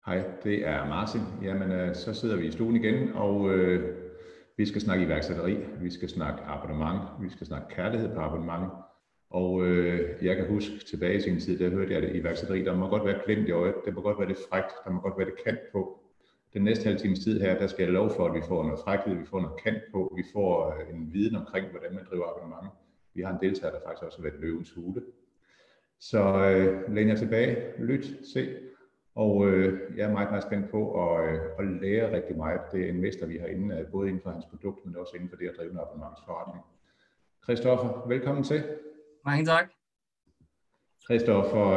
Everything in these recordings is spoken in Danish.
Hej, det er Martin. Jamen, så sidder vi i stuen igen, og vi skal snakke iværksætteri, vi skal snakke abonnement, vi skal snakke kærlighed på abonnement. Og jeg kan huske tilbage i sin tid, der hørte jeg det iværksætteri, der må godt være klemt i øjet, det må godt være lidt frækt, der må godt være det kant på. Den næste halve times tid her, der skal jeg love for, at vi får noget frækhed, vi får noget kant på, vi får en viden omkring, hvordan man driver abonnement. Vi har en deltager, der faktisk også har været løvens hule. Så læn jer tilbage, lyt, se. Og jeg er meget, meget spændt på at lære rigtig meget. Det er en mester, vi har inde, både inden for hans produkt, men også inden for det at drive en abonnementsforretning. Christoffer, velkommen til. Mange tak. Christoffer,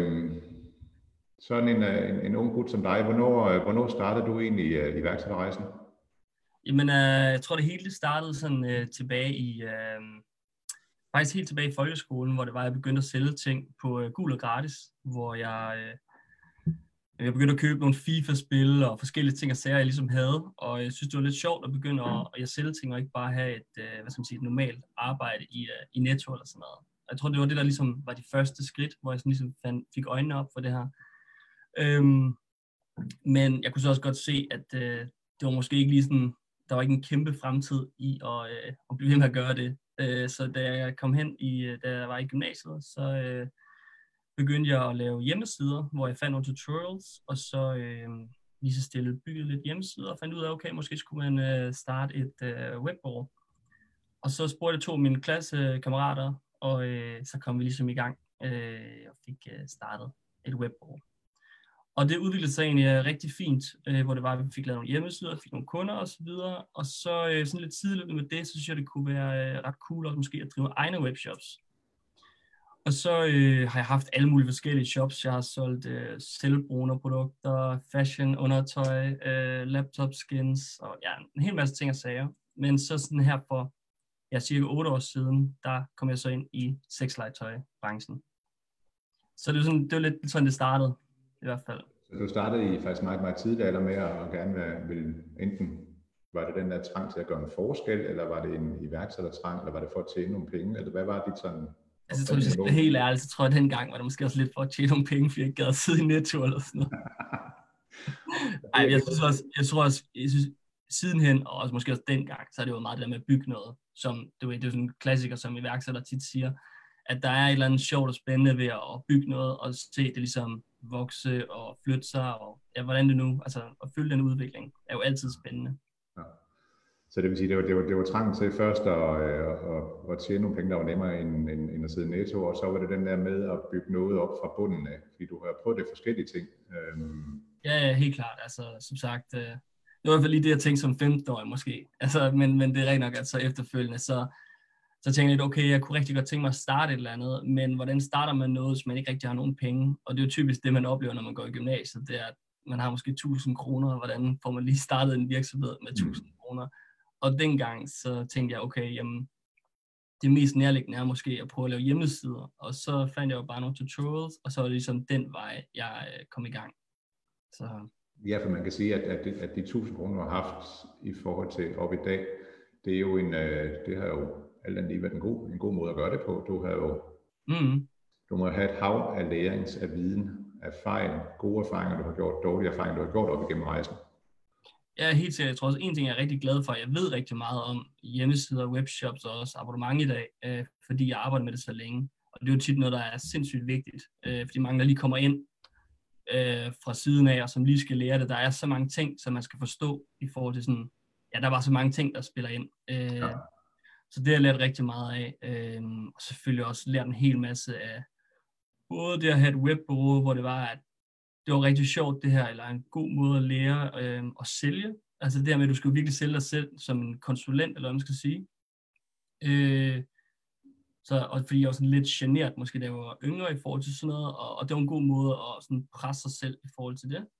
sådan en ung gut som dig, hvornår startede du egentlig iværksætterrejsen? Jamen, jeg tror det hele startede sådan tilbage i, faktisk helt tilbage i folkeskolen, hvor det var, jeg begyndte at sælge ting på Gul og Gratis, hvor jeg begyndte at købe nogle FIFA-spil og forskellige ting og sager, jeg ligesom havde, og jeg synes, det var lidt sjovt at begynde at sælge ting og ikke bare have et normalt arbejde i Netto eller sådan noget. Jeg tror, det var det, der ligesom var de første skridt, hvor jeg sådan ligesom fik øjnene op for det her. Men jeg kunne så også godt se, at det var måske ikke lige sådan, der var ikke en kæmpe fremtid i at blive ved med at gøre det. Så da jeg kom hen da jeg var i gymnasiet, så begyndte jeg at lave hjemmesider, hvor jeg fandt nogle tutorials, og så lige så stille byggede lidt hjemmesider, og fandt ud af, okay, måske skulle man starte et webbureau. Og så spurgte jeg to af mine klassekammerater, og så kom vi ligesom i gang og fik startet et webbureau. Og det udviklede sig egentlig rigtig fint, hvor det var, at vi fik lavet nogle hjemmesider, fik nogle kunder osv. Og så sådan lidt sideløbende med det, så synes jeg, det kunne være ret cool også måske at drive egne webshops. Og så har jeg haft alle mulige forskellige shops. Jeg har solgt selvbrugende produkter, fashion, undertøj, laptop skins og ja, en hel masse ting og sager. Men så sådan her for cirka 8 år siden, der kom jeg så ind i sexlegetøj-branchen. Så det var lidt sådan, det startede i hvert fald. Så du startede i faktisk meget, meget tidlig eller med at gerne ville enten, var det den der trang til at gøre en forskel, eller var det en iværksættertrang, eller var det for at tjene nogle penge, eller hvad var dit sådan? Altså, jeg tror, hvis jeg skal være helt ærlig, så tror jeg, at dengang var det måske også lidt for at tjene nogle penge, fordi jeg ikke gad at sidde i Netto eller sådan noget. Ej, jeg synes sidenhen, og også måske også dengang, så er det jo meget det der med at bygge noget, som det er sådan en klassiker, som iværksætter tit siger, at der er et eller andet sjovt og spændende ved at bygge noget, og se det ligesom vokse og flytte sig, og ja, hvordan det nu, altså at følge den udvikling, er jo altid spændende. Ja. Så det vil sige, det var trangen til først at tjene nogle penge, der var nemmere end at sidde i Netto, og så var det den der med at bygge noget op fra bunden af, fordi du har prøvet det forskellige ting. Ja, helt klart. Altså, som sagt, det var i hvert fald lige det, jeg tænkte som 15-årig måske. Altså, men det er rent nok, at så efterfølgende, så tænkte jeg lidt, okay, jeg kunne rigtig godt tænke mig at starte et eller andet, men hvordan starter man noget, hvis man ikke rigtig har nogen penge? Og det er jo typisk det, man oplever, når man går i gymnasiet, det er, at man har måske 1000 kroner, og hvordan får man lige startet en virksomhed med 1000 kroner? Og dengang så tænkte jeg, okay, jamen, det mest nærliggende er måske at prøve at lave hjemmesider, og så fandt jeg jo bare nogle tutorials, og så var det ligesom den vej, jeg kom i gang. Så. Ja, for man kan sige, at de 1000 kroner, du har haft i forhold til op i dag, det er jo det har jo alt andet lige været en god måde at gøre det på. Du har jo, du må have et hav af lærings, af viden, af fejl, gode erfaringer, du har gjort, dårlige erfaringer, du har gjort op igennem rejsen. Ja, helt sikkert. Jeg tror også, en ting, jeg er rigtig glad for, jeg ved rigtig meget om hjemmesider, webshops og også abonnement i dag, fordi jeg arbejder med det så længe. Og det er jo tit noget, der er sindssygt vigtigt, fordi mange, der lige kommer ind fra siden af, og som lige skal lære det, der er så mange ting, som man skal forstå i forhold til sådan, ja, der var så mange ting, der spiller ind. Ja. Så det har jeg lært rigtig meget af, og selvfølgelig også lært en hel masse af, både det at have et webbureau, hvor det var, at det var rigtig sjovt det her, eller en god måde at lære at sælge. Altså det her med, at du skal virkelig sælge dig selv som en konsulent, eller hvad man skal sige. Og fordi jeg var sådan lidt genert, måske da jeg var yngre i forhold til sådan noget, og det var en god måde at sådan presse sig selv i forhold til det.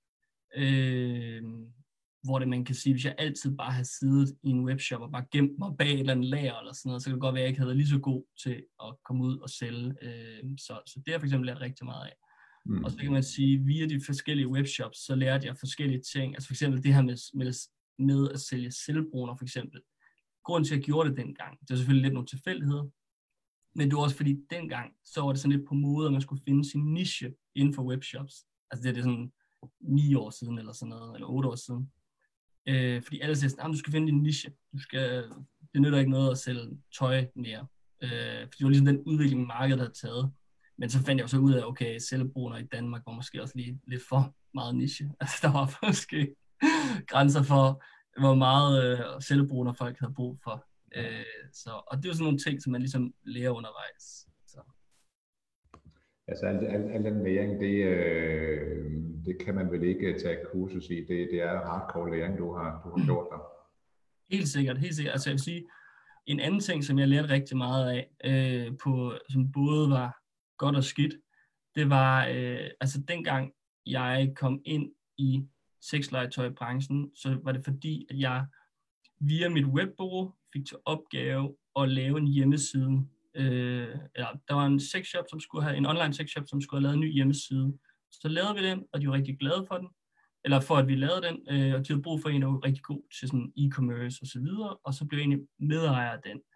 Hvor det man kan sige, hvis jeg altid bare havde siddet i en webshop og bare gemt mig bag et eller andet lager eller sådan noget, så kan det godt være, at jeg ikke havde været lige så god til at komme ud og sælge. Så det har jeg for eksempel lært rigtig meget af. Og så kan man sige, via de forskellige webshops, så lærte jeg forskellige ting. Altså for eksempel det her med at sælge selvbrugende for eksempel. Grunden til, at jeg gjorde det dengang, det var selvfølgelig lidt nogle tilfældigheder. Men det var også fordi dengang, så var det sådan lidt på mode, at man skulle finde sin niche inden for webshops. Altså det er sådan, 9 år siden, eller sådan noget, eller 8 år siden. Fordi alle siger sådan, du skal finde din niche. Det nytter ikke noget at sælge tøj mere. Fordi det var ligesom den udvikling, markedet havde taget. Men så fandt jeg jo så ud af, okay, cellebruner i Danmark var måske også lige lidt for meget niche. Altså, der var måske grænser for, hvor meget cellebruner folk havde brug for. Og det er jo sådan nogle ting, som man ligesom lærer undervejs. Så. Altså al den læring, det kan man vel ikke tage kursus i. Det er hardcore læring, du har gjort der. Helt sikkert. Altså jeg vil sige, en anden ting, som jeg lærte rigtig meget af, som både var godt og skidt, det var, altså dengang jeg kom ind i sexlegetøjbranchen, så var det fordi, at jeg via mit webbureau fik til opgave at lave en hjemmeside. Der var en sexshop, en online sexshop, som skulle have lavet en ny hjemmeside. Så lavede vi den, og de var rigtig glade for den. Eller for at vi lavede den, og de havde brug for en, der var rigtig god til sådan e-commerce og så videre, og så blev jeg egentlig medejer af den.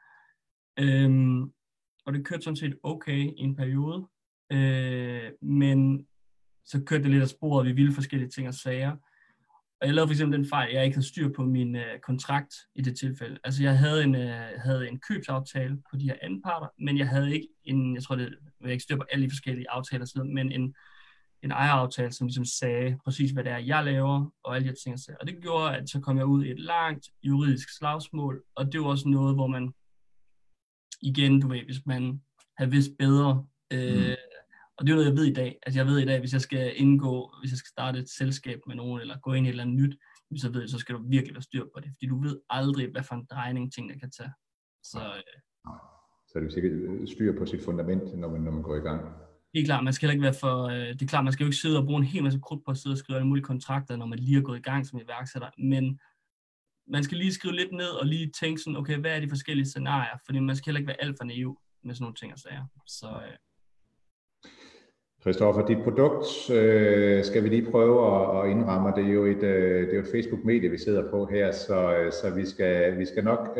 Og det kørte sådan set okay i en periode, men så kørte det lidt af sporet, og vi ville forskellige ting og sager. Og jeg lavede for eksempel den fejl, at jeg ikke havde styr på min kontrakt i det tilfælde. Altså jeg havde en købsaftale på de her anden parter, men jeg havde ikke jeg tror det var ikke styr på alle de forskellige aftaler siden, men en ejeraftale, som ligesom sagde præcis, hvad det er, jeg laver, og alle de her ting. Og det gjorde, at så kom jeg ud i et langt juridisk slagsmål, og det var også noget, hvor man, igen, du ved, hvis man havde vidst bedre, og det er noget, jeg ved i dag. Altså jeg ved i dag, hvis jeg skal starte et selskab med nogen, eller gå ind i et eller andet nyt, så skal du virkelig være styr på det, fordi du ved aldrig, hvad for en drejning tingene kan tage. Så det vil sikkert styr på sit fundament, når man går i gang. Det er klart, man skal ikke være for, det er klart, man skal jo ikke sidde og bruge en hel masse krudt på at sidde og skrive alle mulige kontrakter, når man lige er gået i gang som iværksætter, men man skal lige skrive lidt ned og lige tænke sådan, okay, hvad er de forskellige scenarier, fordi man skal heller ikke være alt for naiv med sådan nogle ting og sager. Christoffer, dit produkt skal vi lige prøve at indramme. Det er jo et Facebook-medie, vi sidder på her, så vi skal nok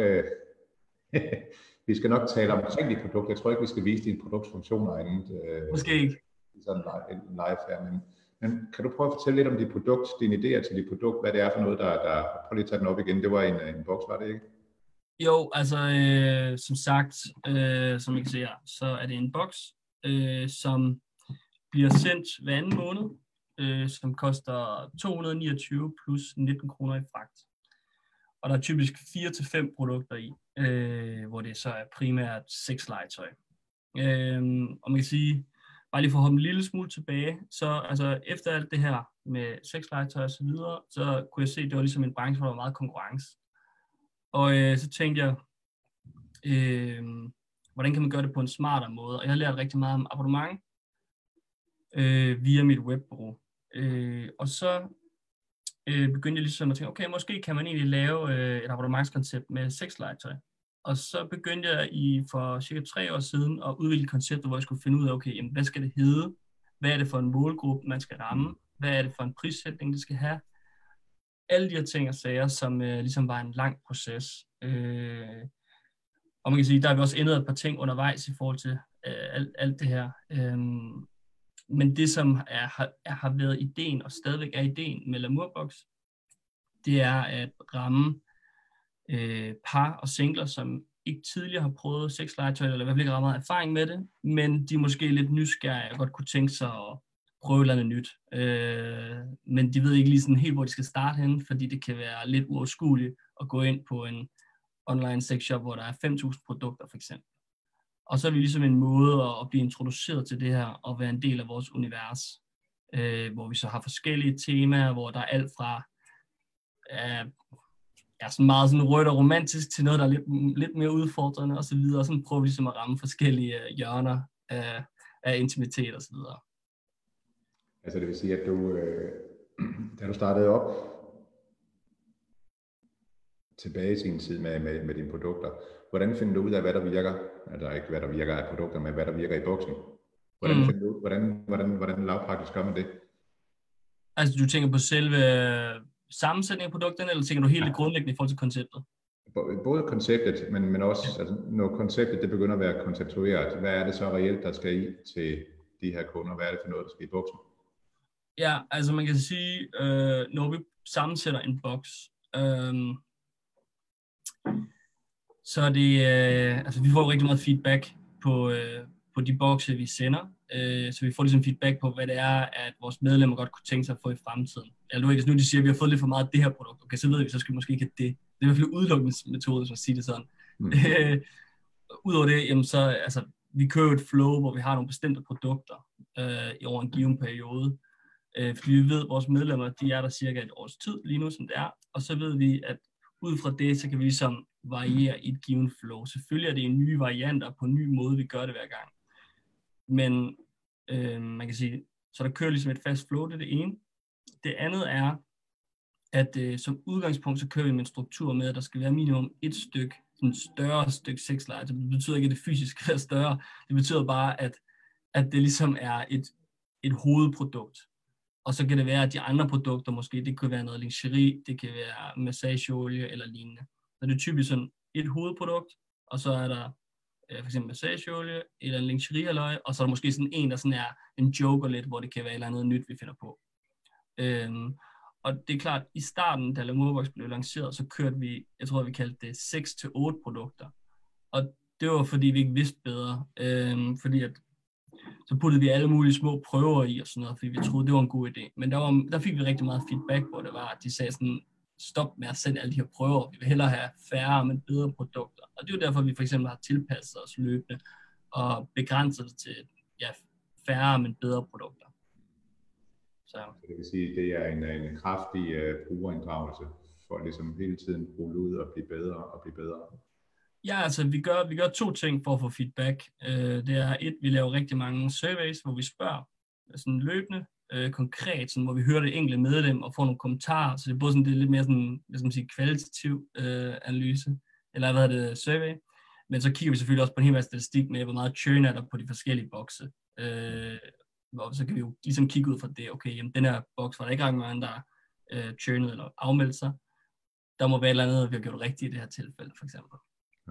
vi skal nok tale omkring dit produkt. Jeg tror ikke, vi skal vise dine produktsfunktioner og andet. Måske ikke. Sådan en live her, men kan du prøve at fortælle lidt om dit produkt, dine idéer til dit produkt, hvad det er for noget, der prøv lige at tage den op igen. Det var en boks, var det ikke? Jo, altså som sagt, som I kan se her, så er det en boks, som bliver sendt hver anden måned, som koster 229 plus 19 kroner i fragt. Og der er typisk 4-5 produkter i, hvor det så er primært sexlegetøj. Og man kan sige, bare lige for at hoppe en lille smule tilbage, så altså efter alt det her med sexlegetøj og så videre, så kunne jeg se, at det var ligesom en branche, hvor der var meget konkurrence. Og så tænkte jeg, hvordan kan man gøre det på en smartere måde? Og jeg har lært rigtig meget om abonnement via mit webbureau. Og så begyndte jeg ligesom at tænke, okay, måske kan man egentlig lave et abonnementskoncept med sexlegetøj. Og så begyndte jeg for cirka 3 år siden at udvikle koncepter, hvor jeg skulle finde ud af, okay, jamen, hvad skal det hedde? Hvad er det for en målgruppe, man skal ramme? Hvad er det for en prissætning, det skal have? Alle de her ting og sager, som ligesom var en lang proces. Og man kan sige, der har vi også ændret et par ting undervejs i forhold til alt det her. Men det, som har været ideen, og stadigvæk er ideen med Lamourbox, det er at ramme par og singler, som ikke tidligere har prøvet sexlegetøj, eller i hvert fald ikke har meget erfaring med det, men de er måske lidt nysgerrige og godt kunne tænke sig at prøve et eller andet nyt. Men de ved ikke lige sådan helt, hvor de skal starte henne, fordi det kan være lidt uoverskueligt at gå ind på en online sexshop, hvor der er 5.000 produkter for eksempel. Og så er vi ligesom en måde at blive introduceret til det her, og være en del af vores univers, hvor vi så har forskellige temaer, hvor der er alt fra sådan meget sådan rødt og romantisk til noget, der er lidt mere udfordrende osv. Og sådan prøver vi ligesom at ramme forskellige hjørner af intimitet osv. Altså det vil sige, at da du startede op tilbage i sin tid med dine produkter, hvordan finder du ud af, hvad der virker? Altså ikke hvad der virker af produkter, men hvad der virker i boksen. Hvordan finder du ud, hvordan lavpraktisk gør man det? Altså du tænker på selve sammensætning af produkterne, eller tænker du helt grundlæggende i forhold til konceptet? Både konceptet, men også altså, når konceptet det begynder at være konceptueret, hvad er det så reelt, der skal i til de her kunder? Hvad er det for noget, der skal i boksen? Ja, altså man kan sige, når vi sammensætter en boks, så er det, altså vi får rigtig meget feedback på de bokse, vi sender. Så vi får ligesom feedback på, hvad det er, at vores medlemmer godt kunne tænke sig at få i fremtiden. Eller hvis nu de siger, at vi har fået lidt for meget af det her produkt, okay, så ved vi, så skal vi måske ikke have det. Det er i hvert fald udelukkelsesmetode, hvis man siger det sådan. Mm. Udover det, jamen så, altså, vi kører et flow, hvor vi har nogle bestemte produkter i over en given periode. Fordi vi ved, at vores medlemmer, de er der cirka et års tid lige nu, som det er. Og så ved vi, at ud fra det, så kan vi ligesom variere i et given flow. Selvfølgelig er det en nye varianter på en ny måde, vi gør det hver gang. Men man kan sige, så der kører ligesom et fast flow, det er det ene. Det andet er, at som udgangspunkt, så kører vi med en struktur med, at der skal være minimum et stykke, sådan et større stykke sexlegetøj. Det betyder ikke, at det fysisk skal være større. Det betyder bare, at det ligesom er et hovedprodukt. Og så kan det være, at de andre produkter måske, det kan være noget lingerie, det kan være massageolie eller lignende. Så det er typisk sådan et hovedprodukt, og så er der for eksempel massageolie eller en lingeriealøje, og så er der måske sådan en, der sådan er en joker lidt, hvor det kan være et eller andet nyt, vi finder på. Og det er klart, i starten, da Lamourbox blev lanceret, så kørte vi, jeg tror, vi kaldte det 6-8 produkter. Og det var, fordi vi ikke vidste bedre. Fordi at så puttede vi alle mulige små prøver i og sådan noget, fordi vi troede, det var en god idé. Men der fik vi rigtig meget feedback på, det var, at de sagde sådan, stop med at sende alle de her prøver. Vi vil hellere have færre, men bedre produkter. Og det er jo derfor, vi for eksempel har tilpasset os løbende og begrænset det til færre, men bedre produkter. Så det vil sige, at det er en kraftig brugerinddragelse for ligesom hele tiden rulle ud og blive bedre og blive bedre. Ja, altså vi gør to ting for at få feedback. Det er vi laver rigtig mange surveys, hvor vi spørger sådan løbende, konkret, sådan, hvor vi hører det enkelte medlem og får nogle kommentarer, så det er både sådan, det er lidt mere sådan, hvad skal man sige, kvalitativ analyse, eller survey. Men så kigger vi selvfølgelig også på en hel masse statistik med, hvor meget churn er der på de forskellige bokse. Og så kan vi jo ligesom kigge ud fra det, okay, jamen den her boks var der ikke ret mange, der churnede eller afmeldte sig. Der må være et eller andet, vi har gjort rigtigt i det her tilfælde, for eksempel. Ja.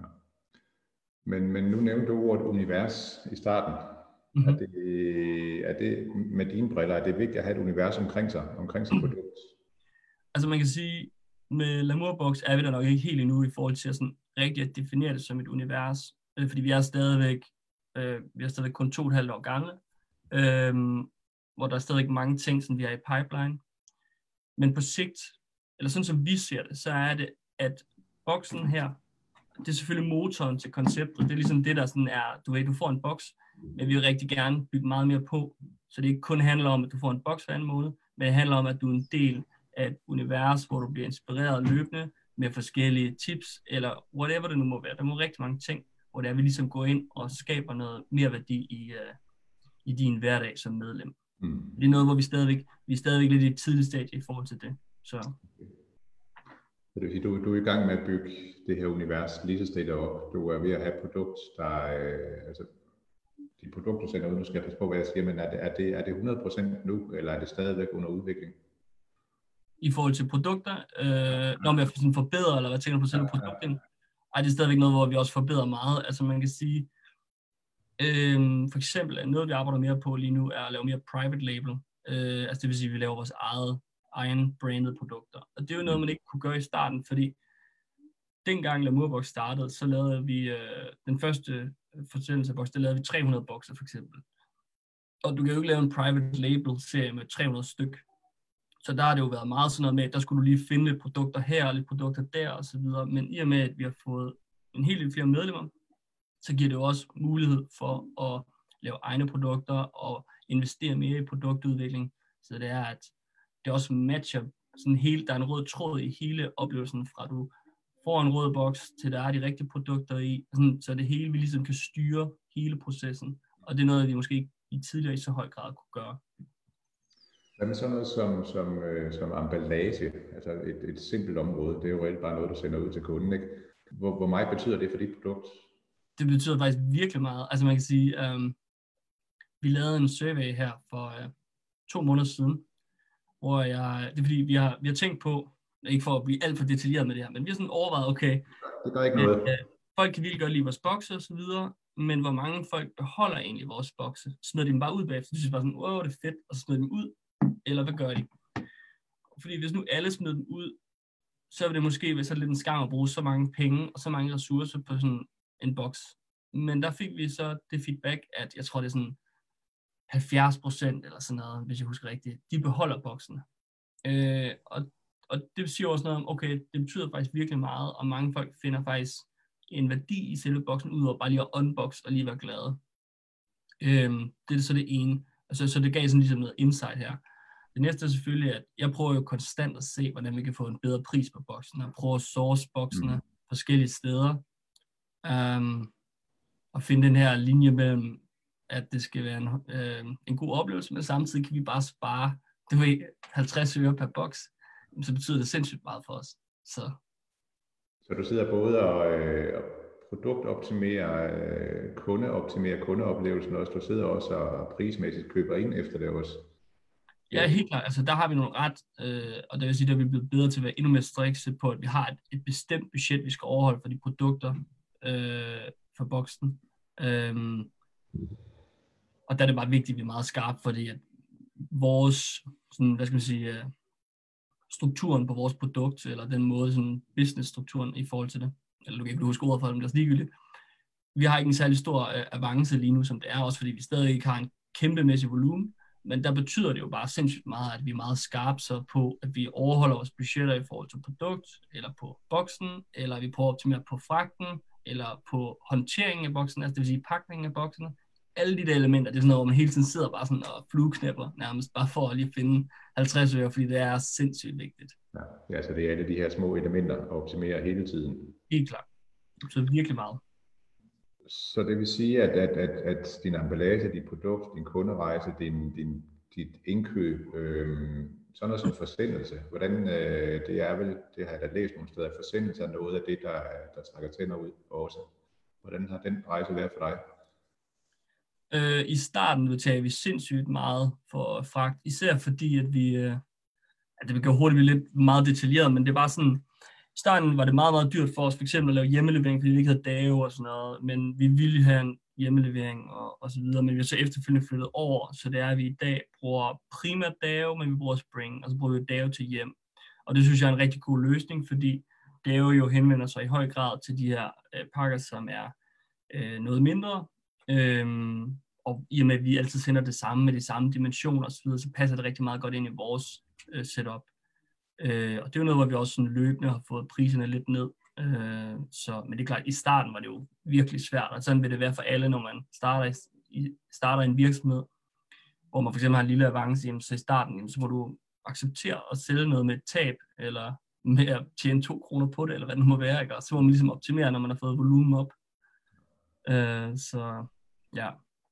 Men nu nævnte du ordet univers i starten. Mm-hmm. Er det med dine briller, er det vigtigt at have et univers omkring sit produkt? Altså man kan sige, med Lamourbox er vi der nok ikke helt endnu i forhold til at sådan rigtig at definere det som et univers. Fordi vi er stadigvæk kun 2,5 år gamle, hvor der er stadigvæk mange ting, som vi har i pipeline. Men på sigt, eller sådan som vi ser det, så er det, at boksen her, det er selvfølgelig motoren til konceptet. Det er ligesom det, der sådan er, du får en boks, men vi vil rigtig gerne bygge meget mere på. Så det ikke kun handler om, at du får en boks hver anden måned, men det handler om, at du er en del af et univers, hvor du bliver inspireret løbende med forskellige tips, eller whatever det nu må være. Der må rigtig mange ting, hvor det er, vi ligesom går ind og skaber noget mere værdi i din hverdag som medlem. Det er noget, hvor vi er stadigvæk lidt i et tidligt stadie i forhold til det. Så. Det vil sige, du er i gang med at bygge det her univers lige så stille op. Du er ved at have et produkt, der altså de produkter, du sender ud, nu skal jeg passe på, hvad jeg siger, men er det 100% nu, eller er det stadigvæk under udvikling? I forhold til produkter, når man sådan forbedrer, eller hvad tænker du på selve produkten? Det er stadigvæk noget, hvor vi også forbedrer meget. Altså man kan sige, for eksempel noget, vi arbejder mere på lige nu, er at lave mere private label. Altså det vil sige, at vi laver vores egen branded produkter. Og det er jo noget, man ikke kunne gøre i starten, fordi dengang Lamourbox startede, så lavede vi den første forsendelse af boks, der lavede vi 300 bokser for eksempel. Og du kan jo ikke lave en private label serie med 300 styk. Så der har det jo været meget sådan noget med, at der skulle du lige finde lidt produkter her, og lidt produkter der og så videre. Men i og med, at vi har fået en hel del flere medlemmer, så giver det jo også mulighed for at lave egne produkter og investere mere i produktudvikling. Så det er, at det også matcher sådan helt, der er en rød tråd i hele oplevelsen, fra du får en rød boks, til der er de rigtige produkter i, sådan, så det hele, vi ligesom kan styre hele processen. Og det er noget, vi måske ikke i tidligere i så høj grad kunne gøre. Hvad med sådan noget som emballage, altså et simpelt område, det er jo reelt bare noget, du sender ud til kunden, ikke? Hvor meget betyder det for dit produkt? Det betyder faktisk virkelig meget. Altså man kan sige, vi lavede en survey her for 2 måneder siden, hvor det er fordi, vi har tænkt på, ikke for at blive alt for detaljeret med det her, men vi har sådan overvejet, okay, det gør ikke noget. Folk kan virkelig godt lide vores bokse og så videre, men hvor mange folk beholder egentlig vores bokse? Smider de dem bare ud bagefter? De synes bare sådan, det er fedt, og så smider de dem ud. eller hvad gør de? Fordi hvis nu alle smider den ud, så vil det måske være så lidt en skam at bruge så mange penge og så mange ressourcer på sådan en boks. Men der fik vi så det feedback, at jeg tror det er sådan 70% eller sådan noget, hvis jeg husker rigtigt, de beholder boksene. Og det siger også noget om, okay, det betyder faktisk virkelig meget, og mange folk finder faktisk en værdi i selve boksen, udover bare lige at unbox og lige være glade. Det er så det ene. Altså, så det gav sådan ligesom noget insight her. Det næste er selvfølgelig, at jeg prøver jo konstant at se, hvordan vi kan få en bedre pris på boksen, og prøve at source boksene forskellige steder, og finde den her linje mellem, at det skal være en god oplevelse, men samtidig kan vi bare spare 50 øre per boks, så betyder det sindssygt meget for os. Så du sidder både og produktoptimerer, kundeoptimerer kundeoplevelsen også. Du sidder også og prismæssigt køber ind efter det også. Ja, helt klart. Altså, der har vi nogle ret, og det vil sige, at vi er blevet bedre til at være endnu mere strikse på, at vi har et bestemt budget, vi skal overholde for de produkter for boksen. Og der er det bare vigtigt, at vi er meget skarpe, fordi at vores, sådan, hvad skal man sige, strukturen på vores produkt, eller den måde, sådan business-strukturen i forhold til det, eller du kan ikke huske ordet for det, men det er ligegyldigt. Vi har ikke en særlig stor avance lige nu, som det er, også fordi vi stadig ikke har en kæmpemæssig volumen, men der betyder det jo bare sindssygt meget, at vi er meget skarpe så på, at vi overholder vores budgetter i forhold til produkt, eller på boksen, eller vi prøver at optimere på fragten, eller på håndteringen af boksen, altså det vil sige pakningen af boksene. Alle de der elementer, det er sådan noget, hvor man hele tiden sidder bare sådan og flueknæpper, nærmest bare for at lige finde 50 øre, fordi det er sindssygt vigtigt. Ja, så det er alle de her små elementer at optimere hele tiden. Helt klart. Så virkelig meget. Så det vil sige, at din emballage, dit produkt, din kunderejse, dit indkøb, sådan noget som forsendelse, hvordan det er vel, det har jeg da læst nogle steder, forsendelse er noget af det, der trækker tænder ud også. Hvordan har den rejse været for dig? I starten betalte vi sindssygt meget for fragt, især fordi, at det kan hurtigt blive lidt meget detaljeret, men det var sådan, i starten var det meget, meget dyrt for os, for eksempel at lave hjemmelevering, fordi vi ikke havde DAO og sådan noget, men vi ville have en hjemmelevering og så videre, men vi har så efterfølgende flyttet over, så det er, at vi i dag bruger primært DAO, men vi bruger Spring, og så bruger vi DAO til hjem. Og det synes jeg er en rigtig god løsning, fordi DAO jo henvender sig i høj grad til de her pakker, som er noget mindre, og i og med, at vi altid sender det samme med de samme dimensioner osv., så passer det rigtig meget godt ind i vores setup. Og det er jo noget, hvor vi også sådan løbende har fået priserne lidt ned. Men det er klart, i starten var det jo virkelig svært, og sådan vil det være for alle, når man starter en virksomhed, hvor man for eksempel har en lille avance, så i starten, så må du acceptere at sælge noget med et tab, eller med at tjene 2 kroner på det, eller hvad det må være, ikke? Og så må man ligesom optimere, når man har fået volumen op. Så ja.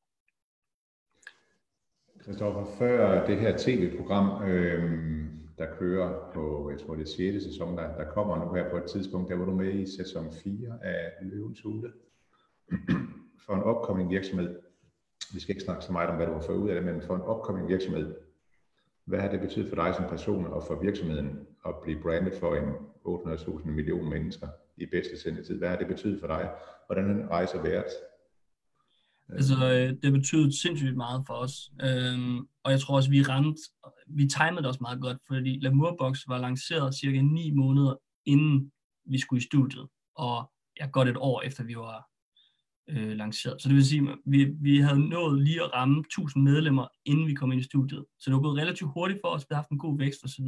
Christoffer, før det her tv-program, der kører på, jeg tror det er 6. sæson, der kommer nu her på et tidspunkt, der var du med i sæson 4 af Løvens Hule. For en opkommende virksomhed, vi skal ikke snakke så meget om, hvad du har fået ud af det, men for en opkommende virksomhed, hvad har det betydet for dig som person og for virksomheden at blive brandet for en 800.000 millioner mennesker i bedste sendetid? Hvad har det betydet for dig? Hvordan har den rejse været? Altså, det betød sindssygt meget for os, og jeg tror også, vi timede det også meget godt, fordi Lamurbox var lanceret cirka 9 måneder inden vi skulle i studiet, og godt et år efter vi var lanceret. Så det vil sige, at vi havde nået lige at ramme 1000 medlemmer, inden vi kom ind i studiet. Så det var gået relativt hurtigt for os, vi havde haft en god vækst osv.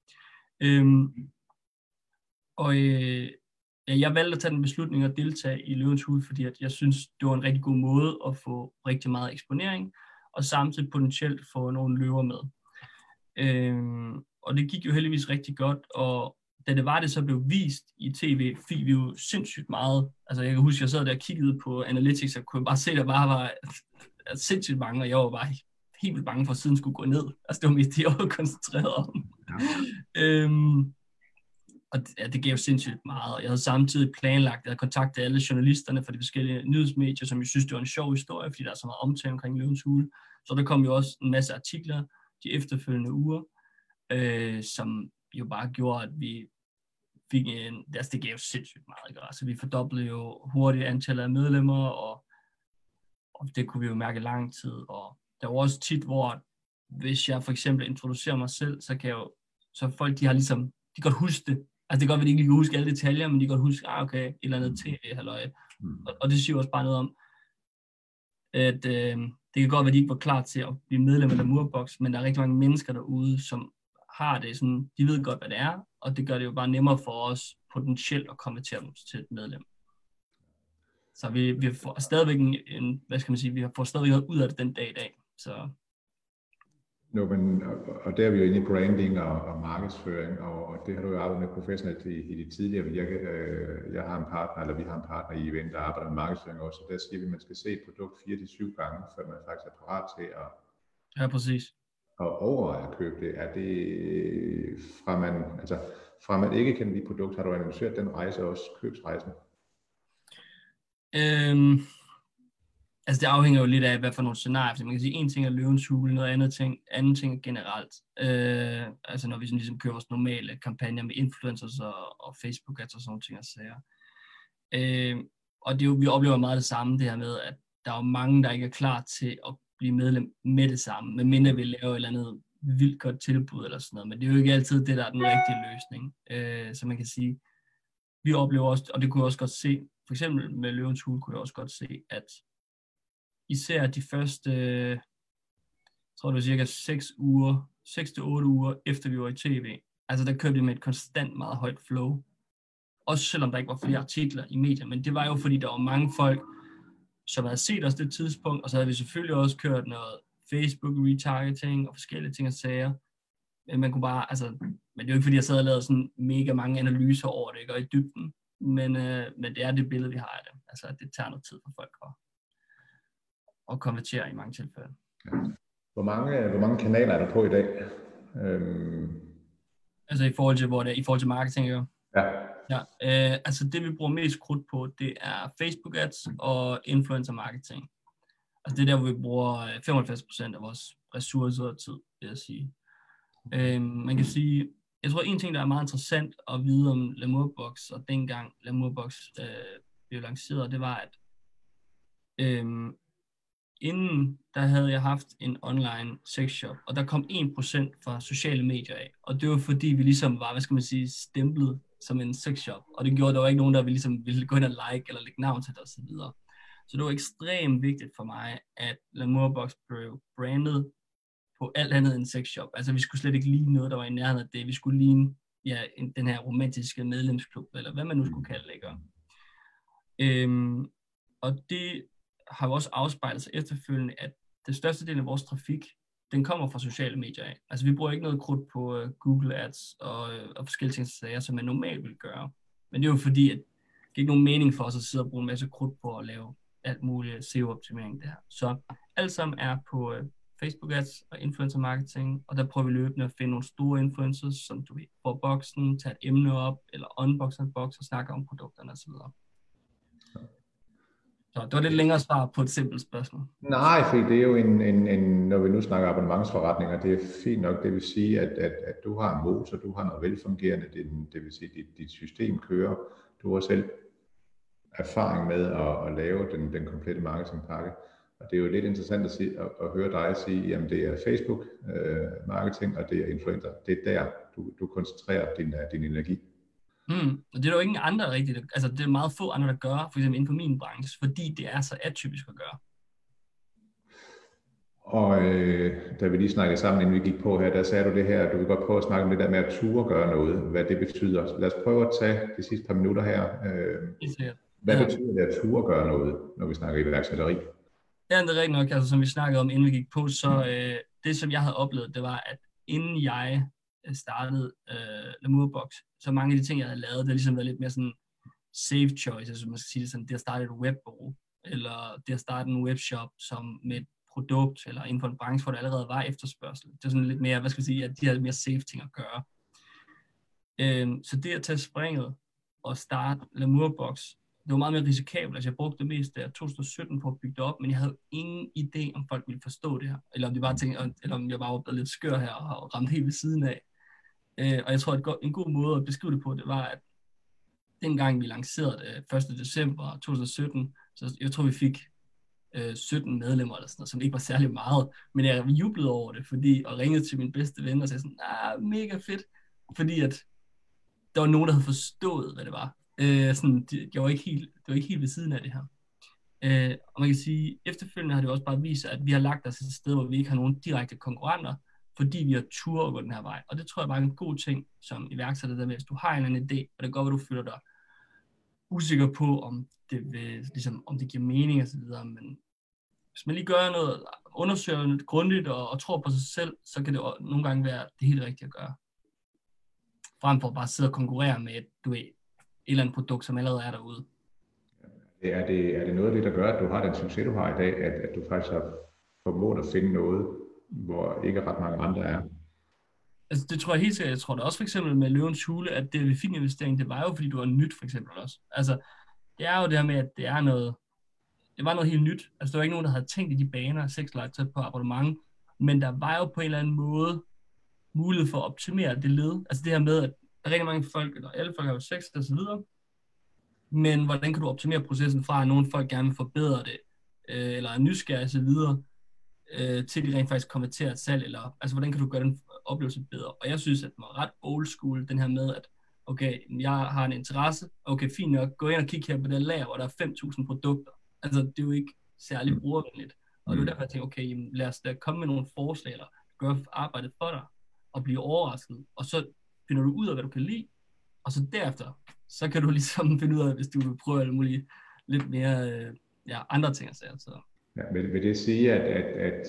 Jeg valgte at tage den beslutning at deltage i Løvens Hule, fordi at jeg synes, det var en rigtig god måde at få rigtig meget eksponering, og samtidig potentielt få nogle løver med. Og det gik jo heldigvis rigtig godt, og da det så blev vist i tv, fik vi jo sindssygt meget. Altså jeg kan huske, jeg sad der og kiggede på Analytics, og kunne bare se, at der bare var sindssygt mange, og jeg var bare helt vildt bange for, at siden skulle gå ned. Altså det var mest det, jeg var koncentreret om. Ja. Og det gav sindssygt meget, og jeg havde samtidig planlagt, at jeg kontaktede alle journalisterne fra de forskellige nyhedsmedier, som jeg synes, det var en sjov historie, fordi der er så meget omtale omkring Løvens Hule. Så der kom jo også en masse artikler de efterfølgende uger, som jo bare gjorde, at vi fik det gav sindssygt meget. Ikke? Altså vi fordoblede jo hurtigt antallet af medlemmer, og det kunne vi jo mærke lang tid, og der var også tit, hvor hvis jeg for eksempel introducerer mig selv, så kan jeg jo, så folk, de har ligesom, de kan godt huske det. Altså det er godt, at de ikke kan huske alle detaljer, men de kan godt huske, okay, et eller andet tv-halløj. Og det siger jo også bare noget om, at det kan godt være, at de ikke var klar til at blive medlem af Lamurbox, men der er rigtig mange mennesker derude, som har det sådan, de ved godt, hvad det er, og det gør det jo bare nemmere for os potentielt at konvertere dem til et medlem. Så vi får stadigvæk hvad skal man sige, vi får stadigvæk noget ud af det den dag i dag. Så. Men, og der er vi jo inde i branding og markedsføring, og det har du jo arbejdet med professionelt i de tidligere virke. Jeg har en partner, eller vi har en partner i event, der arbejder med markedsføring også, så der siger vi, at man skal se et produkt 4-7 gange, før man faktisk er parat til at præcis. Og overveje at købe det. Er det fra man ikke kender de produkter, har du analyseret den rejse også, købsrejsen? Altså det afhænger jo lidt af, hvad for nogle scenarier. Man kan sige, en ting er Løvens Hule, noget anden ting er generelt. Altså når vi sådan ligesom kører vores normale kampagner med influencers og Facebook ads og sådan nogle ting og sager. Og det er jo, vi oplever meget det samme, det her med, at der er jo mange, der ikke er klar til at blive medlem med det samme, medmindre vi laver et eller andet vildt godt tilbud eller sådan noget. Men det er jo ikke altid det, der er den rigtige løsning. Så man kan sige, vi oplever også, og det kunne jeg også godt se, for eksempel med Løvens Hule kunne jeg også godt se, at især de første, jeg tror det var cirka 6-8 uger efter vi var i tv, altså der kørte vi med et konstant meget højt flow. Også selvom der ikke var flere artikler i medier, men det var jo fordi der var mange folk, som havde set os det tidspunkt, og så havde vi selvfølgelig også kørt noget Facebook retargeting og forskellige ting og sager. Men man kunne bare, altså, men det er jo ikke fordi jeg sad og lavede sådan mega mange analyser over det, ikke, og i dybden, men det er det billede vi har af det. Altså det tager noget tid for folk at konvertere i mange tilfælde. Hvor mange kanaler er der på i dag? Altså i forhold til marketing, jo. Ja. Altså det vi bruger mest krudt på, det er Facebook ads og influencer marketing. Altså det er der, hvor vi bruger 85% af vores ressourcer og tid, vil jeg sige. Man kan sige, jeg tror en ting, der er meget interessant at vide om Lamurbox, og dengang Lamurbox blev lanceret, det var, at inden der havde jeg haft en online sexshop, og der kom 1% fra sociale medier af, og det var fordi vi ligesom var, hvad skal man sige, stemplet som en sexshop, og det gjorde, der var ikke nogen, der ville gå ind og like eller lægge navn til det og så videre. Så det var ekstremt vigtigt for mig, at Lamurbox blev brandet på alt andet end sexshop. Altså vi skulle slet ikke ligne noget, der var i nærheden af det. Vi skulle ligne den her romantiske medlemsklub, eller hvad man nu skulle kalde det, ikke? Og det har jo også afspejlet sig efterfølgende, at den største del af vores trafik, den kommer fra sociale medier af. Altså vi bruger ikke noget krudt på Google Ads og forskellige ting, som man normalt vil gøre. Men det er jo fordi, at det er ikke nogen mening for os at sidde og bruge en masse krudt på at lave alt muligt SEO-optimering der. Så alt sammen er på Facebook ads og influencer marketing, og der prøver vi løbende at finde nogle store influencers, som du ved, får boksen, tager et emne op, eller unboxer en boks og snakker om produkterne osv. Så det var lidt længere svar på et simpelt spørgsmål. Nej, for det er jo når vi nu snakker abonnementsforretninger, det er fint nok, det vil sige, at du har en motor, du har noget velfungerende, det vil sige, at dit system kører, du har selv erfaring med at lave den komplette marketingpakke. Og det er jo lidt interessant at høre dig sige, jamen det er Facebook marketing, og det er influencer. Det er der, du koncentrerer din energi. Og det er jo ingen andre rigtigt. Altså det er meget få andre, der gør, for eksempel inden for min branche, fordi det er så atypisk at gøre. Og da vi lige snakkede sammen, inden vi gik på her, der sagde du det her, du vil godt prøve at snakke om det der med at ture gøre noget, hvad det betyder. Lad os prøve at tage de sidste par minutter her. Hvad betyder det at ture gøre noget, når vi snakker iværksætteri? Ja, det er rigtigt nok. Altså, som vi snakkede om, inden vi gik på, så det, som jeg havde oplevet, det var, at inden jeg startede Lamurbox, så mange af de ting, jeg havde lavet, det har ligesom været lidt mere sådan safe choice, altså man skal sige det sådan, det at starte et webbureau, eller det at starte en webshop som med et produkt, eller inden for en branche, hvor der allerede var efterspørgsel. Det er sådan lidt mere, hvad skal jeg sige, at de har mere safe ting at gøre. Så det at tage springet og starte Lamurbox, det var meget mere risikabelt. Altså jeg brugte det meste af 2017 på at bygge det op, men jeg havde ingen idé, om folk ville forstå det her, eller om de bare tænkte, eller om jeg bare var blevet lidt skør her og ramt helt ved siden af. Og jeg tror, at en god måde at beskrive det på, det var, at dengang vi lancerede det 1. december 2017, så jeg tror, vi fik 17 medlemmer eller sådan noget, som ikke var særlig meget, men jeg jublede over det, og ringede til min bedste ven og sagde sådan, mega fedt, fordi at der var nogen, der havde forstået, hvad det var. Det var ikke helt ved siden af det her. Og man kan sige, efterfølgende har det også bare vist, at vi har lagt os et sted, hvor vi ikke har nogen direkte konkurrenter, fordi vi har tur at gå den her vej. Og det tror jeg bare er en god ting, som iværksætter der med, hvis du har en eller anden idé, og det går, hvad du føler dig usikker på, om det giver mening og så videre, men hvis man lige gør noget, undersøger noget grundigt og tror på sig selv, så kan det nogle gange være det helt rigtige at gøre. Frem for bare at sidde og konkurrere med et eller andet produkt, som allerede er derude. Er det noget af det, der gør, at du har den succes, du har i dag, at du faktisk har formået at finde noget, hvor ikke ret mange andre er? Altså det tror jeg helt sikkert. Jeg tror da også for eksempel med Løvens Hule, at det vi fik en investering, det var jo fordi du var nyt for eksempel også. Altså det er jo det her med, at det var noget helt nyt. Altså der var ikke nogen, der havde tænkt i de baner, sexlegetøj på abonnement, men der var jo på en eller anden måde mulighed for at optimere det led. Altså det her med, at der er rigtig mange folk, eller alle folk har jo sex og så videre, men hvordan kan du optimere processen fra, at nogle folk gerne vil forbedre det, eller er nysgerrige og så videre, til de rent faktisk konverterer et salg, eller altså hvordan kan du gøre den oplevelse bedre. Og jeg synes, at det var ret old school, den her med, at okay, jeg har en interesse, okay, fint nok, gå ind og kig her på det lager, hvor der er 5.000 produkter. Altså, det er jo ikke særlig brugervenligt. Og det er derfor, jeg tænker, okay, jamen, lad os da komme med nogle forslag, eller gøre arbejdet for dig, og blive overrasket, og så finder du ud af, hvad du kan lide, og så derefter, så kan du ligesom finde ud af, hvis du vil prøve alle mulige lidt mere andre ting at sige. Så. Ja, vil det sige, at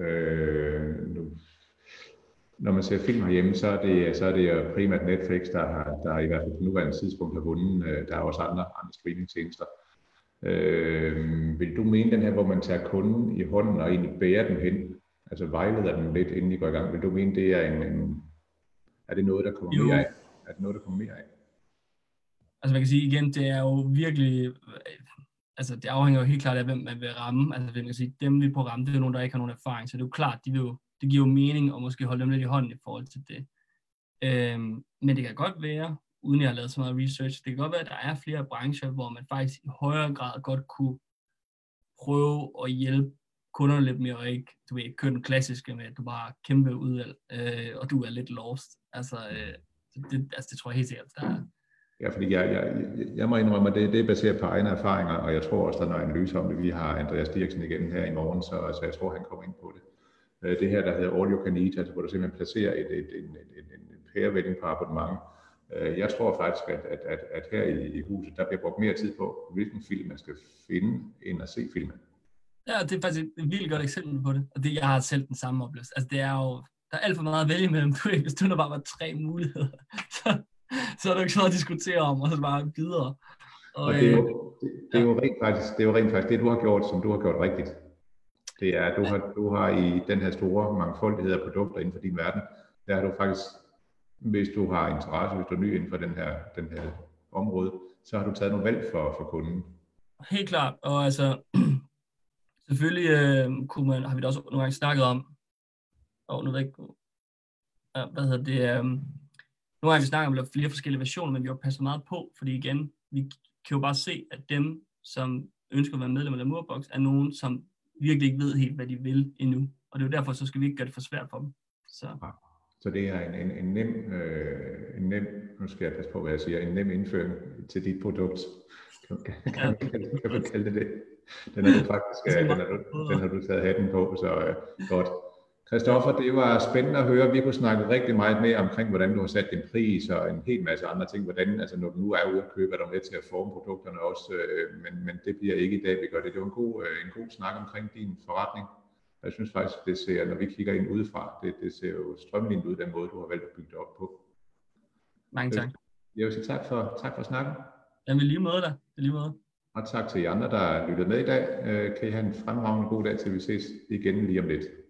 når man ser film herhjemme, så er det jo primært Netflix, der i hvert fald på nuværende tidspunkt har vundet. Der er også andre streamingtjenester. Vil du mene den her, hvor man tager kunden i hånden og egentlig bærer den hen, altså vejleder den lidt, inden de går i gang, vil du mene, det er er det noget, der kommer mere af? Er det noget, der kommer mere af? Altså man kan sige igen, det er jo virkelig, altså det afhænger jo helt klart af, hvem man vil ramme. Altså man kan sige, dem vi på ramme, det er jo nogen, der ikke har nogen erfaring, så det er jo klart, det giver jo mening at måske holde dem lidt i hånden i forhold til det. Men det kan godt være, uden jeg har lavet så meget research, det kan godt være, at der er flere brancher, hvor man faktisk i højere grad godt kunne prøve at hjælpe kunderne lidt mere, og ikke, køre den klassiske med, at du bare har kæmpe udvalg, og du er lidt lost. Altså, det tror jeg helt sikkert, der er. Ja, fordi jeg må indrømme, at det er baseret på egne erfaringer, og jeg tror også, der er noget analyse om det. Vi har Andreas Dirksen igen her i morgen, så jeg tror, han kommer ind på det. Det her, der hedder All You Can Eat, altså hvor du simpelthen placerer en pærevælling på abonnement. Jeg tror faktisk, at her i huset, der bliver brugt mere tid på, hvilken film man skal finde, end at se filmen. Ja, det er faktisk et vildt godt eksempel på det. Og jeg har selv den samme oplevelse. Altså det er jo, der er alt for meget at vælge mellem. Hvis du bare var 3 muligheder, så er der ikke så at diskutere om, og så bare videre. Og det er jo rent faktisk det, du har gjort, som du har gjort rigtigt. Det er, at du har i den her store mangfoldighed af produkter inden for din verden, der har du faktisk, hvis du har interesse, hvis du er ny inden for den her område, så har du taget nogle valg for kunden. Helt klart, og altså selvfølgelig har vi da også nogle gange snakket om, nogle gange vi snakker om at lave flere forskellige versioner, men vi har passet meget på, fordi igen, vi kan jo bare se, at dem, som ønsker at være medlem af Lemurbox, er nogen, som virkelig ikke ved helt, hvad de vil endnu. Og det er jo derfor, så skal vi ikke gøre det for svært for dem. Så det er en nem, nu skal jeg passe på, hvad jeg siger, en nem indføring til dit produkt. Kan man kalde det det? Den har du faktisk, den har du taget hatten på, så godt. Christoffer, det var spændende at høre. Vi kunne snakke rigtig meget mere omkring, hvordan du har sat din pris og en hel masse andre ting. Hvordan, altså når du nu er ude at købe, er du med til at forme produkterne også, men det bliver ikke i dag, vi gør det. Det var en god snak omkring din forretning. Jeg synes faktisk, det ser, når vi kigger ind udefra, det ser jo strømlignet ud, den måde, du har valgt at bygge det op på. Mange tak. Jeg vil sige tak for snakken. Jamen, lige måde da. Lige måde. Og tak til jer andre, der lyttede med i dag. Kan I have en fremragende god dag, til vi ses igen lige om lidt.